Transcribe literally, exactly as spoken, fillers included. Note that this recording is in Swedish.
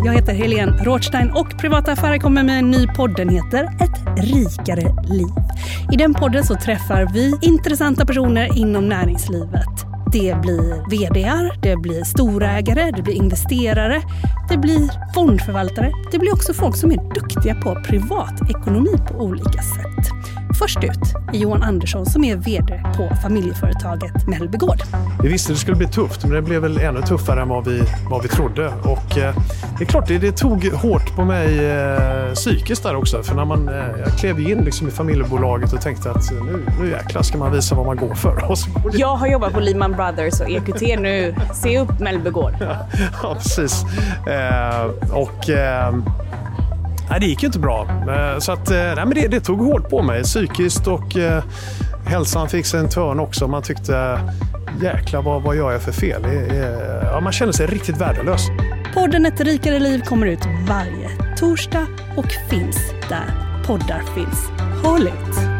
Jag heter Helene Rothstein och Privata Affärer kommer med en ny podd. Den heter Ett rikare liv. I den podden så träffar vi intressanta personer inom näringslivet. Det blir vd:ar, det blir storägare, det blir investerare, det blir fondförvaltare. Det blir också folk som är duktiga på privatekonomi på olika sätt. Först ut är Johan Andersson som är vd på familjeföretaget Mellbygård. Vi visste att det skulle bli tufft, men det blev väl ännu tuffare än vad vi, vad vi trodde. Och eh, det är klart, det, det tog hårt på mig eh, psykiskt där också. För när man, eh, jag klev in liksom i familjebolaget och tänkte att nu, nu jäklar ska man visa vad man går för. Och så går det... Jag har jobbat på Lehman Brothers och E Q T nu. Se upp Mellbygård. Ja, ja, precis. Eh, och... Eh, Nej, det gick ju inte bra. Så att, nej, men det, det tog hårt på mig psykiskt och eh, hälsan fick sig en törn också. Man tyckte, jäklar vad, vad gör jag för fel? Det, ja, man känner sig riktigt värdelös. Podden Ett rikare liv kommer ut varje torsdag och finns där poddar finns. Håll ut!